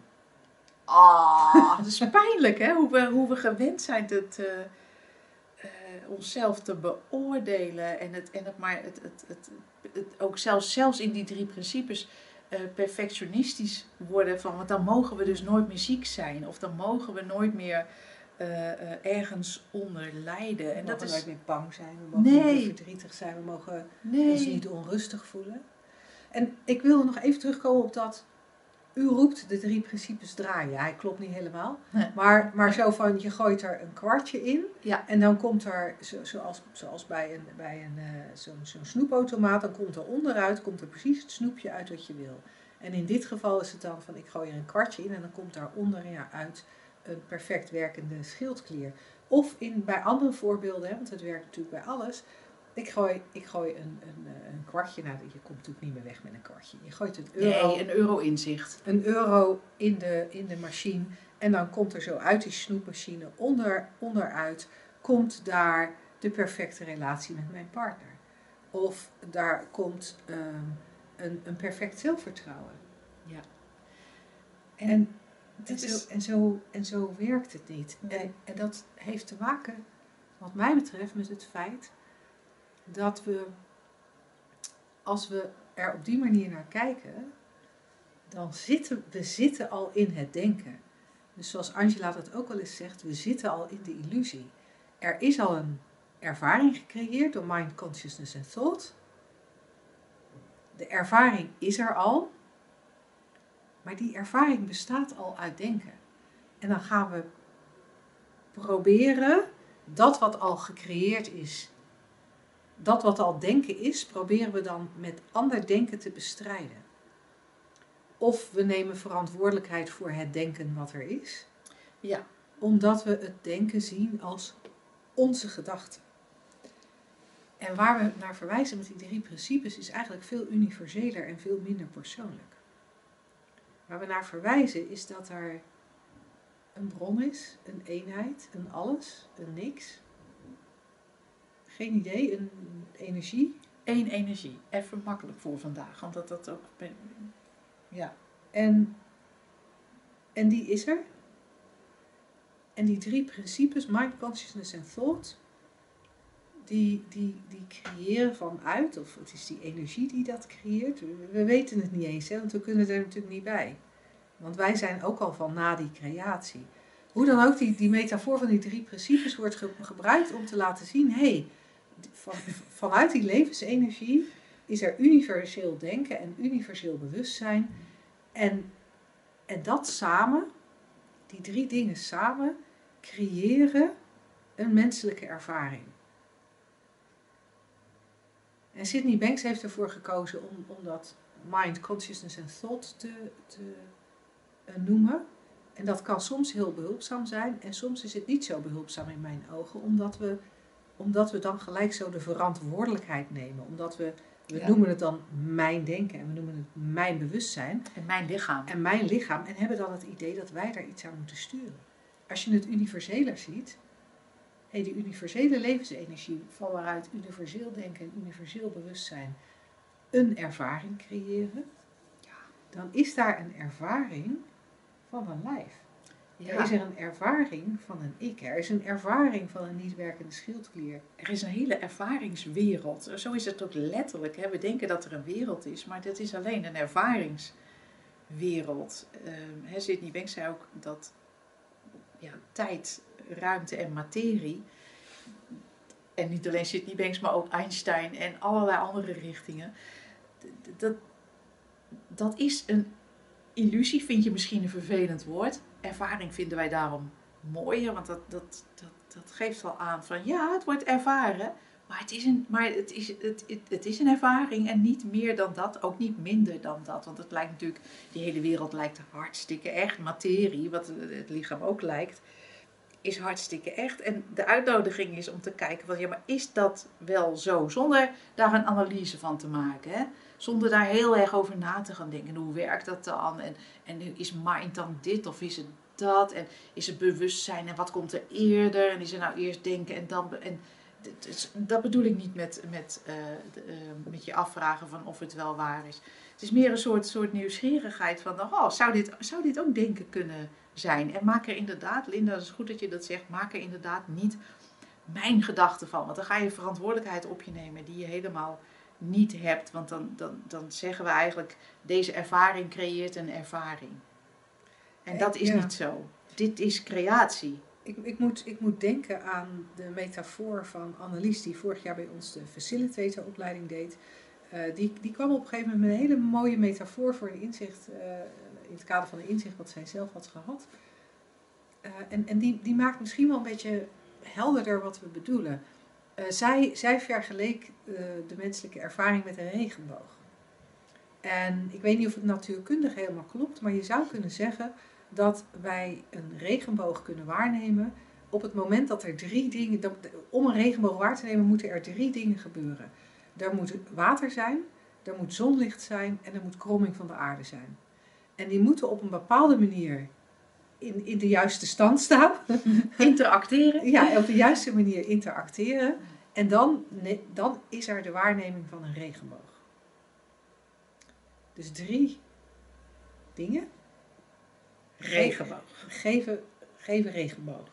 [SPEAKER 3] Ah, dat is pijnlijk hè, hoe we, hoe we gewend zijn het, uh, uh, onszelf te beoordelen. En het, en het maar, het, het, het, het, ook zelfs, zelfs in die drie principes uh, perfectionistisch worden. Van, want dan mogen we dus nooit meer ziek zijn. Of dan mogen we nooit meer uh, uh, ergens onder lijden. En
[SPEAKER 2] we
[SPEAKER 3] dat
[SPEAKER 2] mogen
[SPEAKER 3] is...
[SPEAKER 2] nooit meer bang zijn. We mogen
[SPEAKER 3] nee.
[SPEAKER 2] niet meer verdrietig zijn. We mogen
[SPEAKER 3] nee.
[SPEAKER 2] ons niet onrustig voelen. En ik wilde nog even terugkomen op dat. U roept de drie principes draaien. Ja, hij klopt niet helemaal.
[SPEAKER 3] Nee.
[SPEAKER 2] Maar, maar zo van, je gooit er een kwartje in.
[SPEAKER 3] Ja.
[SPEAKER 2] En dan komt er, zo, zoals, zoals bij, een, bij een, uh, zo'n, zo'n snoepautomaat, dan komt er onderuit, komt er precies het snoepje uit wat je wil. En in dit geval is het dan van, ik gooi er een kwartje in en dan komt daar onderuit een perfect werkende schildklier. Of in, bij andere voorbeelden, hè, want het werkt natuurlijk bij alles. Ik gooi, ik gooi een, een, een kwartje, nou je komt natuurlijk niet meer weg met een kwartje. Je gooit een euro,
[SPEAKER 3] Nee, een euro inzicht.
[SPEAKER 2] Een euro in de, in de machine en dan komt er zo uit die snoepmachine onder, onderuit, komt daar de perfecte relatie met mijn partner. Of daar komt um, een, een perfect zelfvertrouwen.
[SPEAKER 3] Ja.
[SPEAKER 2] En, en, en,
[SPEAKER 3] is...
[SPEAKER 2] zo, en, zo, en zo werkt het niet.
[SPEAKER 3] Nee.
[SPEAKER 2] En, en dat heeft te maken, wat mij betreft, met het feit dat we, als we er op die manier naar kijken, dan zitten we zitten al in het denken. Dus zoals Angela dat ook wel eens zegt, we zitten al in de illusie. Er is al een ervaring gecreëerd door mind, consciousness en thought. De ervaring is er al, maar die ervaring bestaat al uit denken. En dan gaan we proberen dat wat al gecreëerd is, dat wat al denken is, proberen we dan met ander denken te bestrijden. Of we nemen verantwoordelijkheid voor het denken wat er is.
[SPEAKER 3] Ja.
[SPEAKER 2] Omdat we het denken zien als onze gedachten. En waar we naar verwijzen met die drie principes is eigenlijk veel universeler en veel minder persoonlijk. Waar we naar verwijzen is dat er een bron is, een eenheid, een alles, een niks. Geen idee, een energie.
[SPEAKER 3] Eén energie. Even makkelijk voor vandaag, want dat dat ook... Ja.
[SPEAKER 2] En, en die is er. En die drie principes, mind, consciousness en thought, die, die, die creëren vanuit, of het is die energie die dat creëert. We, we weten het niet eens, hè, want we kunnen er natuurlijk niet bij. Want wij zijn ook al van na die creatie. Hoe dan ook, die, die metafoor van die drie principes wordt ge, gebruikt om te laten zien, hé, hey, van, vanuit die levensenergie is er universeel denken en universeel bewustzijn. En, en dat samen, die drie dingen samen, creëren een menselijke ervaring. En Sydney Banks heeft ervoor gekozen om, om dat mind, consciousness en thought te, te uh, noemen. En dat kan soms heel behulpzaam zijn en soms is het niet zo behulpzaam in mijn ogen, omdat we, omdat we dan gelijk zo de verantwoordelijkheid nemen. Omdat we, we ja. noemen het dan mijn denken en we noemen het mijn bewustzijn.
[SPEAKER 3] En mijn lichaam.
[SPEAKER 2] En mijn lichaam en hebben dan het idee dat wij daar iets aan moeten sturen. Als je het universeler ziet, hey, die universele levensenergie van waaruit universeel denken en universeel bewustzijn een ervaring creëren, ja. dan is daar een ervaring van een lijf. Ja. Er is er een ervaring van een ik. Er is een ervaring van een niet werkende schildklier.
[SPEAKER 3] Er is een hele ervaringswereld. Zo is het ook letterlijk. Hè? We denken dat er een wereld is, maar dat is alleen een ervaringswereld. Uh, Sydney Banks zei ook dat ja, tijd, ruimte en materie, en niet alleen Sydney Banks, maar ook Einstein en allerlei andere richtingen, dat, dat is een illusie, vind je misschien een vervelend woord. Ervaring vinden wij daarom mooier, want dat, dat, dat, dat geeft wel aan van ja, het wordt ervaren, maar, het is, een, maar het, is, het, het, het is een ervaring en niet meer dan dat, ook niet minder dan dat. Want het lijkt natuurlijk, die hele wereld lijkt hartstikke echt. Materie, wat het lichaam ook lijkt, is hartstikke echt. En de uitnodiging is om te kijken van ja, maar is dat wel zo? Zonder daar een analyse van te maken, hè? Zonder daar heel erg over na te gaan denken. Hoe werkt dat dan? En, en is mind dan dit of is het dat? En is het bewustzijn en wat komt er eerder? En is er nou eerst denken en dan... En, dus, dat bedoel ik niet met, met, uh, de, uh, met je afvragen van of het wel waar is. Het is meer een soort, soort nieuwsgierigheid van, oh, zou dit, zou dit ook denken kunnen zijn? En maak er inderdaad, Linda, dat is goed dat je dat zegt, maak er inderdaad niet mijn gedachten van. Want dan ga je verantwoordelijkheid op je nemen die je helemaal niet hebt. Want dan, dan, dan zeggen we eigenlijk, deze ervaring creëert een ervaring. En dat is ja. niet zo. Dit is creatie.
[SPEAKER 2] Ik, ik, moet, ik moet denken aan de metafoor van Annelies, die vorig jaar bij ons de facilitatoropleiding deed. Uh, die, die kwam op een gegeven moment met een hele mooie metafoor voor een inzicht, uh, in het kader van een inzicht wat zij zelf had gehad. Uh, en en die, die maakt misschien wel een beetje helderder wat we bedoelen. Uh, zij, zij vergeleek uh, de menselijke ervaring met een regenboog. En ik weet niet of het natuurkundig helemaal klopt, maar je zou kunnen zeggen dat wij een regenboog kunnen waarnemen op het moment dat er drie dingen, dat, om een regenboog waar te nemen moeten er drie dingen gebeuren. Er moet water zijn, er moet zonlicht zijn en er moet kromming van de aarde zijn. En die moeten op een bepaalde manier in, in de juiste stand staan.
[SPEAKER 3] Interacteren.
[SPEAKER 2] Ja, op de juiste manier interacteren. En dan, dan is er de waarneming van een regenboog. Dus drie dingen.
[SPEAKER 3] Regenboog.
[SPEAKER 2] Geven, geven regenboog.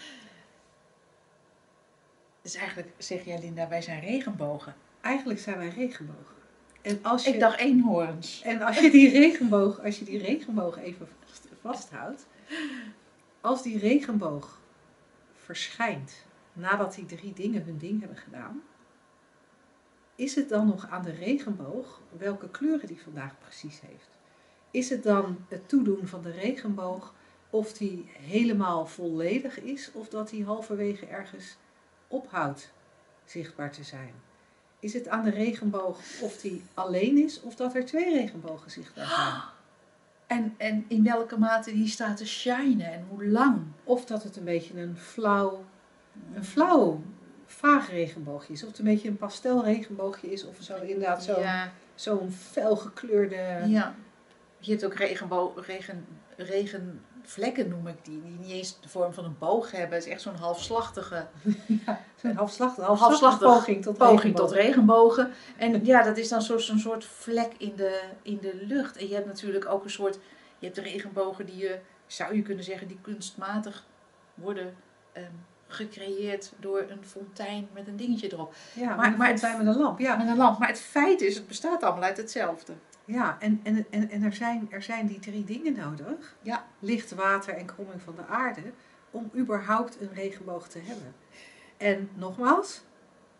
[SPEAKER 3] Dus eigenlijk zeg jij, Linda, wij zijn regenbogen.
[SPEAKER 2] Eigenlijk zijn wij regenbogen. En als je,
[SPEAKER 3] ik dacht eenhoorns.
[SPEAKER 2] En als je die regenboog, als je die regenboog even vasthoudt, als die regenboog verschijnt nadat die drie dingen hun ding hebben gedaan, is het dan nog aan de regenboog welke kleuren die vandaag precies heeft? Is het dan het toedoen van de regenboog of die helemaal volledig is of dat die halverwege ergens ophoudt zichtbaar te zijn? Is het aan de regenboog of die alleen is of dat er twee regenbogen zichtbaar zijn?
[SPEAKER 3] En, en in welke mate die staat te shinen en hoe lang?
[SPEAKER 2] Of dat het een beetje een flauw, een flauw, vaag regenboogje is. Of het een beetje een pastelregenboogje is of zo inderdaad zo'n
[SPEAKER 3] ja.
[SPEAKER 2] zo'n felgekleurde...
[SPEAKER 3] Ja. Je hebt ook regenbo- regen, regenvlekken, noem ik die, die niet eens de vorm van een boog hebben. Het is echt zo'n halfslachtige...
[SPEAKER 2] Ja, zo'n halfslachtige,
[SPEAKER 3] halfslachtige
[SPEAKER 2] poging tot
[SPEAKER 3] poging
[SPEAKER 2] regenbogen.
[SPEAKER 3] tot regenbogen. En ja, dat is dan zo'n zo soort vlek in de, in de lucht. En je hebt natuurlijk ook een soort... Je hebt de regenbogen die je, zou je kunnen zeggen, die kunstmatig worden um, gecreëerd door een fontein met een dingetje erop.
[SPEAKER 2] Ja,
[SPEAKER 3] maar,
[SPEAKER 2] een
[SPEAKER 3] maar
[SPEAKER 2] fontein met een lamp. Ja.
[SPEAKER 3] Met een lamp. Maar het feit is, het bestaat allemaal uit hetzelfde.
[SPEAKER 2] Ja, en, en, en, en er, zijn, er zijn die drie dingen nodig.
[SPEAKER 3] Ja.
[SPEAKER 2] Licht, water en kromming van de aarde. Om überhaupt een regenboog te hebben. En nogmaals,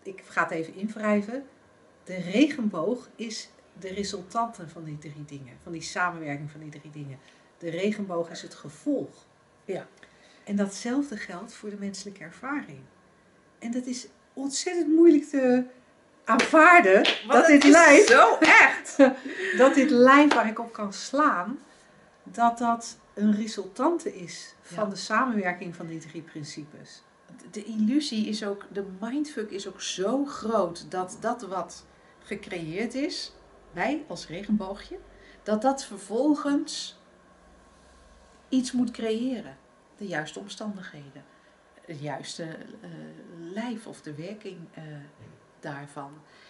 [SPEAKER 2] ik ga het even invrijven. De regenboog is de resultante van die drie dingen. Van die samenwerking van die drie dingen. De regenboog is het gevolg.
[SPEAKER 3] Ja.
[SPEAKER 2] En datzelfde geldt voor de menselijke ervaring. En dat is ontzettend moeilijk te aanvaarden.
[SPEAKER 3] Want
[SPEAKER 2] dat
[SPEAKER 3] het
[SPEAKER 2] dit
[SPEAKER 3] is
[SPEAKER 2] lijf,
[SPEAKER 3] zo echt.
[SPEAKER 2] dat dit lijf waar ik op kan slaan, dat dat een resultante is van
[SPEAKER 3] Ja.
[SPEAKER 2] de samenwerking van die drie principes.
[SPEAKER 3] De illusie is ook, de mindfuck is ook zo groot dat dat wat gecreëerd is, wij als regenboogje, dat dat vervolgens iets moet creëren. De juiste omstandigheden. Het juiste uh, lijf of de werking uh, daarvan.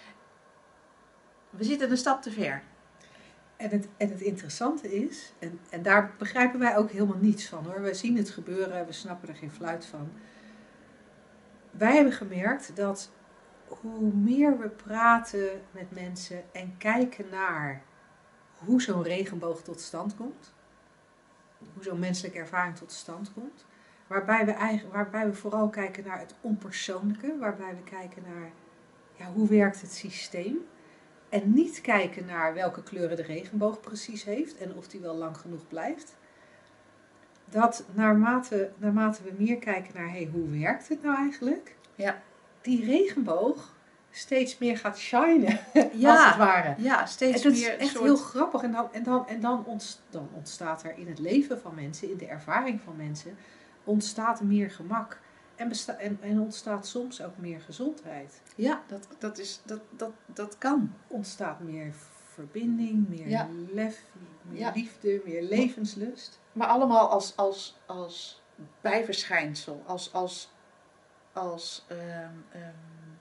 [SPEAKER 3] We zitten een stap te ver.
[SPEAKER 2] En het, en het interessante is, en, en daar begrijpen wij ook helemaal niets van hoor. We zien het gebeuren, we snappen er geen fluit van. Wij hebben gemerkt dat hoe meer we praten met mensen en kijken naar hoe zo'n regenboog tot stand komt, hoe zo'n menselijke ervaring tot stand komt, waarbij we, eigen, waarbij we vooral kijken naar het onpersoonlijke, waarbij we kijken naar ja, hoe werkt het systeem en niet kijken naar welke kleuren de regenboog precies heeft en of die wel lang genoeg blijft. Dat naarmate, naarmate we meer kijken naar hey, hoe werkt het nou eigenlijk,
[SPEAKER 3] ja.
[SPEAKER 2] die regenboog steeds meer gaat shinen,
[SPEAKER 3] ja.
[SPEAKER 2] als het ware.
[SPEAKER 3] Ja, steeds
[SPEAKER 2] en dat
[SPEAKER 3] meer
[SPEAKER 2] is echt
[SPEAKER 3] soort...
[SPEAKER 2] heel grappig. En, dan, en, dan, en dan, ontst, dan ontstaat er in het leven van mensen, in de ervaring van mensen, ontstaat meer gemak. En, besta- en, en ontstaat soms ook meer gezondheid.
[SPEAKER 3] Ja, dat, dat, is, dat, dat, dat kan.
[SPEAKER 2] Ontstaat meer verbinding, meer
[SPEAKER 3] ja.
[SPEAKER 2] lef, meer
[SPEAKER 3] ja.
[SPEAKER 2] liefde, meer levenslust.
[SPEAKER 3] Maar allemaal als, als, als bijverschijnsel, als, als, als um, um...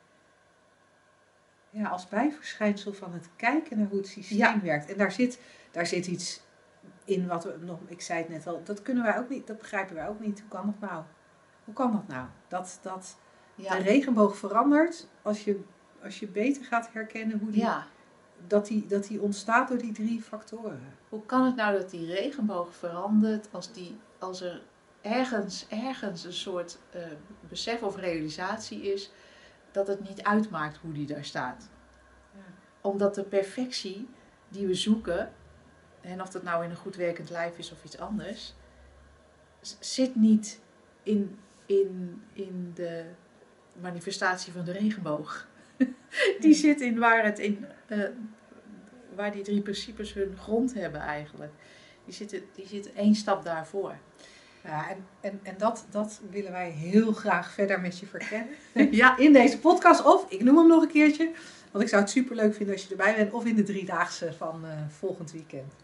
[SPEAKER 2] ja, als bijverschijnsel van het kijken naar hoe het systeem
[SPEAKER 3] ja.
[SPEAKER 2] werkt. En daar zit, daar zit iets in wat we nog, ik zei het net al, dat kunnen wij ook niet, dat begrijpen wij ook niet. Hoe kan dat nou? Hoe kan dat nou? Dat, dat
[SPEAKER 3] ja.
[SPEAKER 2] de regenboog verandert als je, als je beter gaat herkennen hoe die,
[SPEAKER 3] ja.
[SPEAKER 2] dat, die, dat die ontstaat door die drie factoren.
[SPEAKER 3] Hoe kan het nou dat die regenboog verandert als, die, als er ergens, ergens een soort uh, besef of realisatie is dat het niet uitmaakt hoe die daar staat?
[SPEAKER 2] Ja.
[SPEAKER 3] Omdat de perfectie die we zoeken, en of dat nou in een goed werkend lijf is of iets anders, zit niet in, in, in de manifestatie van de regenboog. Die zit in waar, het in, uh, waar die drie principes hun grond hebben eigenlijk. Die zitten, die zitten één stap daarvoor.
[SPEAKER 2] Ja, en en, en dat, dat willen wij heel graag verder met je verkennen.
[SPEAKER 3] Ja.
[SPEAKER 2] In deze podcast, of ik noem hem nog een keertje. Want ik zou het superleuk vinden als je erbij bent. Of in de driedaagse van uh, volgend weekend.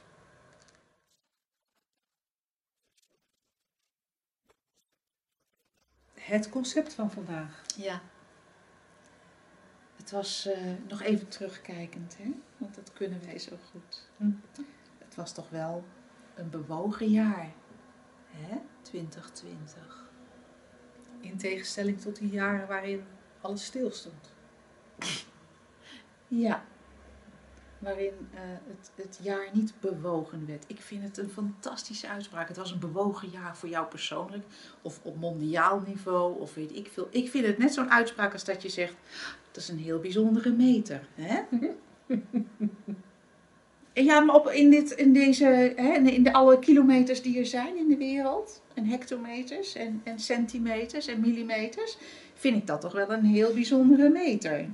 [SPEAKER 2] Het concept van vandaag.
[SPEAKER 3] Ja. Het was uh, nog even terugkijkend, hè? Want dat kunnen wij zo goed.
[SPEAKER 2] Hm.
[SPEAKER 3] Het was toch wel een bewogen jaar, hè? twintig twintig.
[SPEAKER 2] In tegenstelling tot die jaren waarin alles stil stond.
[SPEAKER 3] Ja. Waarin uh, het, het jaar niet bewogen werd. Ik vind het een fantastische uitspraak. Het was een bewogen jaar voor jou persoonlijk. Of op mondiaal niveau. Of weet ik veel. Ik vind het net zo'n uitspraak als dat je zegt. Dat is een heel bijzondere meter. Hè? Ja, maar op, in, dit, in deze. Hè, in de alle kilometers die er zijn in de wereld. En hectometers. En, en centimeters. En millimeters. Vind ik dat toch wel een heel bijzondere meter.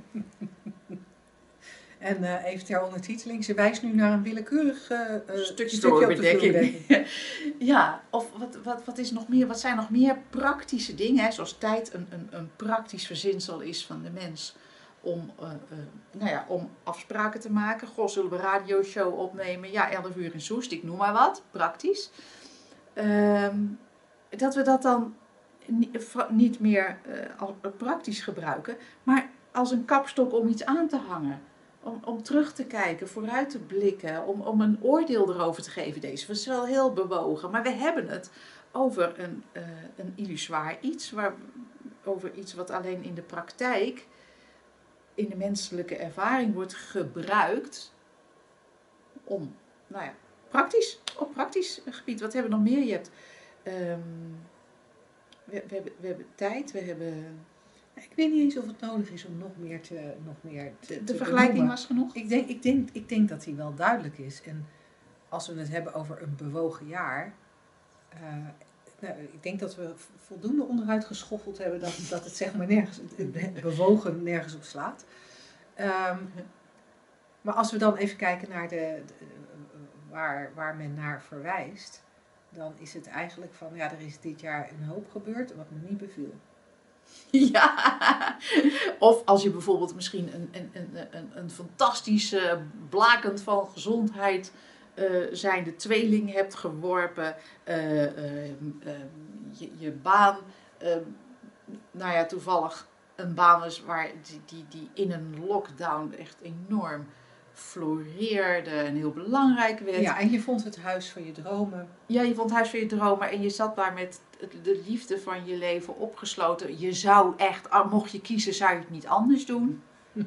[SPEAKER 2] En uh, even ter ondertiteling, ze wijst nu naar een willekeurig uh,
[SPEAKER 3] stukje,
[SPEAKER 2] stukje op de
[SPEAKER 3] vloerbedekking. Ja, of wat, wat, wat, is nog meer, wat zijn nog meer praktische dingen, hè? Zoals tijd een, een, een praktisch verzinsel is van de mens om, uh, uh, nou ja, om afspraken te maken. Goh, zullen we een radioshow opnemen? Ja, elf uur in Soest, ik noem maar wat, praktisch. Um, dat we dat dan niet meer uh, praktisch gebruiken, maar als een kapstok om iets aan te hangen. Om, om terug te kijken, vooruit te blikken, om, om een oordeel erover te geven. Deze was wel heel bewogen, maar we hebben het over een, uh, een illusoir iets, waar, over iets wat alleen in de praktijk, in de menselijke ervaring wordt gebruikt om, nou ja, praktisch, op praktisch gebied. Wat hebben we nog meer? Je hebt, um, we, we, hebben, we hebben tijd, we hebben
[SPEAKER 2] Ik weet niet eens of het nodig is om nog meer te nog meer te,
[SPEAKER 3] De,
[SPEAKER 2] te
[SPEAKER 3] de vergelijking
[SPEAKER 2] benoemen.
[SPEAKER 3] was genoeg.
[SPEAKER 2] Ik denk, ik, denk, ik denk dat die wel duidelijk is. En als we het hebben over een bewogen jaar. Uh, nou, ik denk dat we voldoende onderuit geschoffeld hebben dat, dat het zeg maar nergens, bewogen nergens op slaat. Um, maar als we dan even kijken naar de, de, waar, waar men naar verwijst. Dan is het eigenlijk van, ja, er is dit jaar een hoop gebeurd wat me niet beviel.
[SPEAKER 3] Ja, of als je bijvoorbeeld misschien een, een, een, een, een fantastische, blakend van gezondheid uh, zijnde tweeling hebt geworpen, uh, uh, uh, je, je baan, uh, nou ja, toevallig een baan is waar die, die, die in een lockdown echt enorm floreerde en heel belangrijk werd.
[SPEAKER 2] Ja, en je vond het huis van je dromen.
[SPEAKER 3] Ja, je vond het huis van je dromen en je zat daar met de liefde van je leven opgesloten. Je zou echt, mocht je kiezen, zou je het niet anders doen.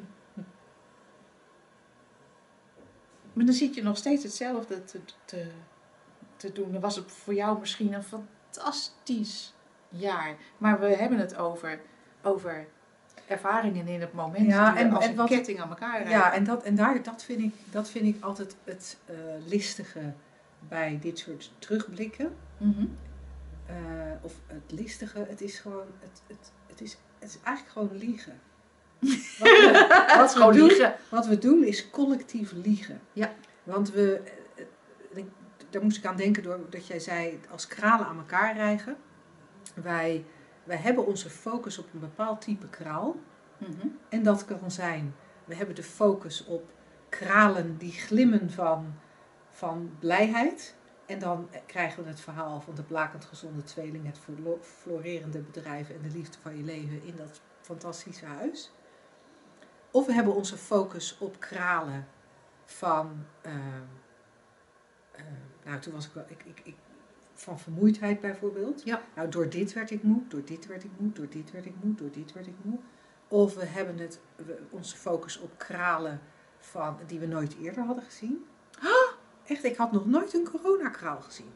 [SPEAKER 3] Maar dan zit je nog steeds hetzelfde te, te, te doen. Dan was het voor jou misschien een fantastisch jaar. Maar we hebben het over, over ervaringen in het moment
[SPEAKER 2] ja,
[SPEAKER 3] die
[SPEAKER 2] en,
[SPEAKER 3] als
[SPEAKER 2] en
[SPEAKER 3] een
[SPEAKER 2] wat,
[SPEAKER 3] ketting aan elkaar rijden.
[SPEAKER 2] Ja, en, dat, en daar, dat, vind ik, dat vind ik altijd het uh, listige bij dit soort terugblikken.
[SPEAKER 3] Mm-hmm.
[SPEAKER 2] Uh, of het listige, het is gewoon, het, het, het, is, het is eigenlijk gewoon liegen. Wat we, wat, we doen, liegen. wat we doen is collectief liegen.
[SPEAKER 3] Ja.
[SPEAKER 2] Want we, uh, daar moest ik aan denken doordat jij zei, als kralen aan elkaar rijgen. Wij, wij hebben onze focus op een bepaald type kraal.
[SPEAKER 3] Mm-hmm.
[SPEAKER 2] En dat kan zijn, we hebben de focus op kralen die glimmen van, van blijheid. En dan krijgen we het verhaal van de blakend gezonde tweeling, het florerende bedrijf en de liefde van je leven in dat fantastische huis. Of we hebben onze focus op kralen van, uh, uh, nou toen was ik wel, ik, ik, ik, van vermoeidheid bijvoorbeeld.
[SPEAKER 3] Ja.
[SPEAKER 2] Nou door dit werd ik moe, door dit werd ik moe, door dit werd ik moe, door dit werd ik moe. Of we hebben het, we, onze focus op kralen van, die we nooit eerder hadden gezien. Echt, ik had nog nooit een coronakraal gezien.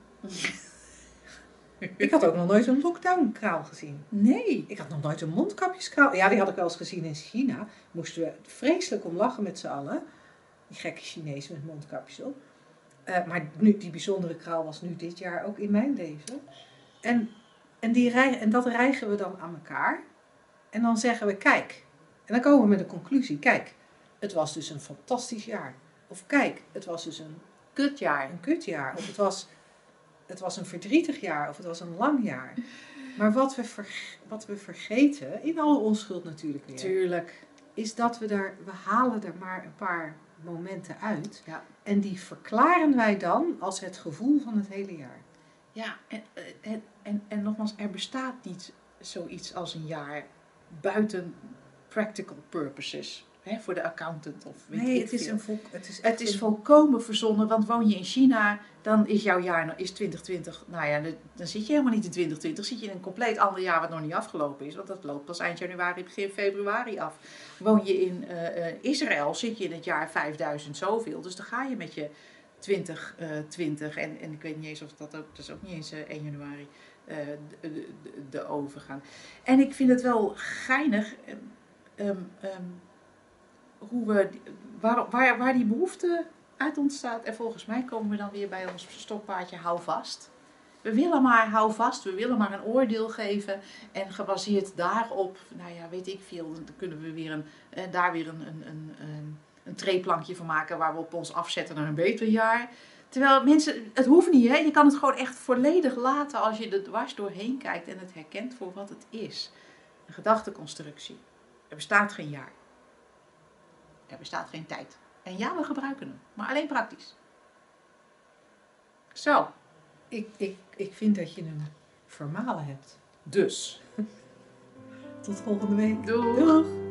[SPEAKER 2] Ik had ook nog nooit een lockdownkraal gezien.
[SPEAKER 3] Nee.
[SPEAKER 2] Ik had nog nooit een mondkapjeskraal. Ja, die had ik wel eens gezien in China. Moesten we vreselijk om lachen met z'n allen. Die gekke Chinezen met mondkapjes op. Uh, maar nu, die bijzondere kraal was nu dit jaar ook in mijn leven. En, en, die rij, en dat rijgen we dan aan elkaar. En dan zeggen we, kijk. En dan komen we met een conclusie. Kijk, het was dus een fantastisch jaar. Of kijk, het was dus een
[SPEAKER 3] kutjaar.
[SPEAKER 2] Een kutjaar. Of het was, het was een verdrietig jaar. Of het was een lang jaar. Maar wat we, verge- wat we vergeten, in alle onschuld natuurlijk weer.
[SPEAKER 3] Tuurlijk.
[SPEAKER 2] Is dat we daar, we halen er maar een paar momenten uit.
[SPEAKER 3] Ja.
[SPEAKER 2] En die verklaren wij dan als het gevoel van het hele jaar.
[SPEAKER 3] Ja, en, en, en, en nogmaals, er bestaat niet zoiets als een jaar buiten practical purposes. Hè, voor de accountant of weet
[SPEAKER 2] Nee,
[SPEAKER 3] ik
[SPEAKER 2] het is,
[SPEAKER 3] veel.
[SPEAKER 2] een vol, het is,
[SPEAKER 3] Het is
[SPEAKER 2] een,
[SPEAKER 3] volkomen verzonnen, want woon je in China, dan is jouw jaar is twintig twintig. Nou ja, dan zit je helemaal niet in twintig twintig, zit je in een compleet ander jaar wat nog niet afgelopen is. Want dat loopt pas eind januari, begin februari af. Woon je in uh, uh, Israël, zit je in het jaar vijfduizend zoveel. Dus dan ga je met je twintig twintig en, en ik weet niet eens of dat ook, dat is ook niet eens uh, één januari, uh, de, de, de overgaan. En ik vind het wel geinig um, um, hoe we, waar, waar, waar die behoefte uit ontstaat. En volgens mij komen we dan weer bij ons stokpaardje hou vast. We willen maar hou vast, we willen maar een oordeel geven. En gebaseerd daarop, nou ja, weet ik veel, dan kunnen we weer een, eh, daar weer een, een, een, een, een treeplankje van maken waar we op ons afzetten naar een beter jaar. Terwijl mensen, het hoeft niet, hè? Je kan het gewoon echt volledig laten als je er dwars doorheen kijkt en het herkent voor wat het is. Een gedachteconstructie. Er bestaat geen jaar. Er bestaat geen tijd. En ja, we gebruiken hem, maar alleen praktisch. Zo.
[SPEAKER 2] Ik, ik, ik vind dat je hem vermalen hebt.
[SPEAKER 3] Dus.
[SPEAKER 2] Tot volgende week.
[SPEAKER 3] Doeg.
[SPEAKER 2] Doeg.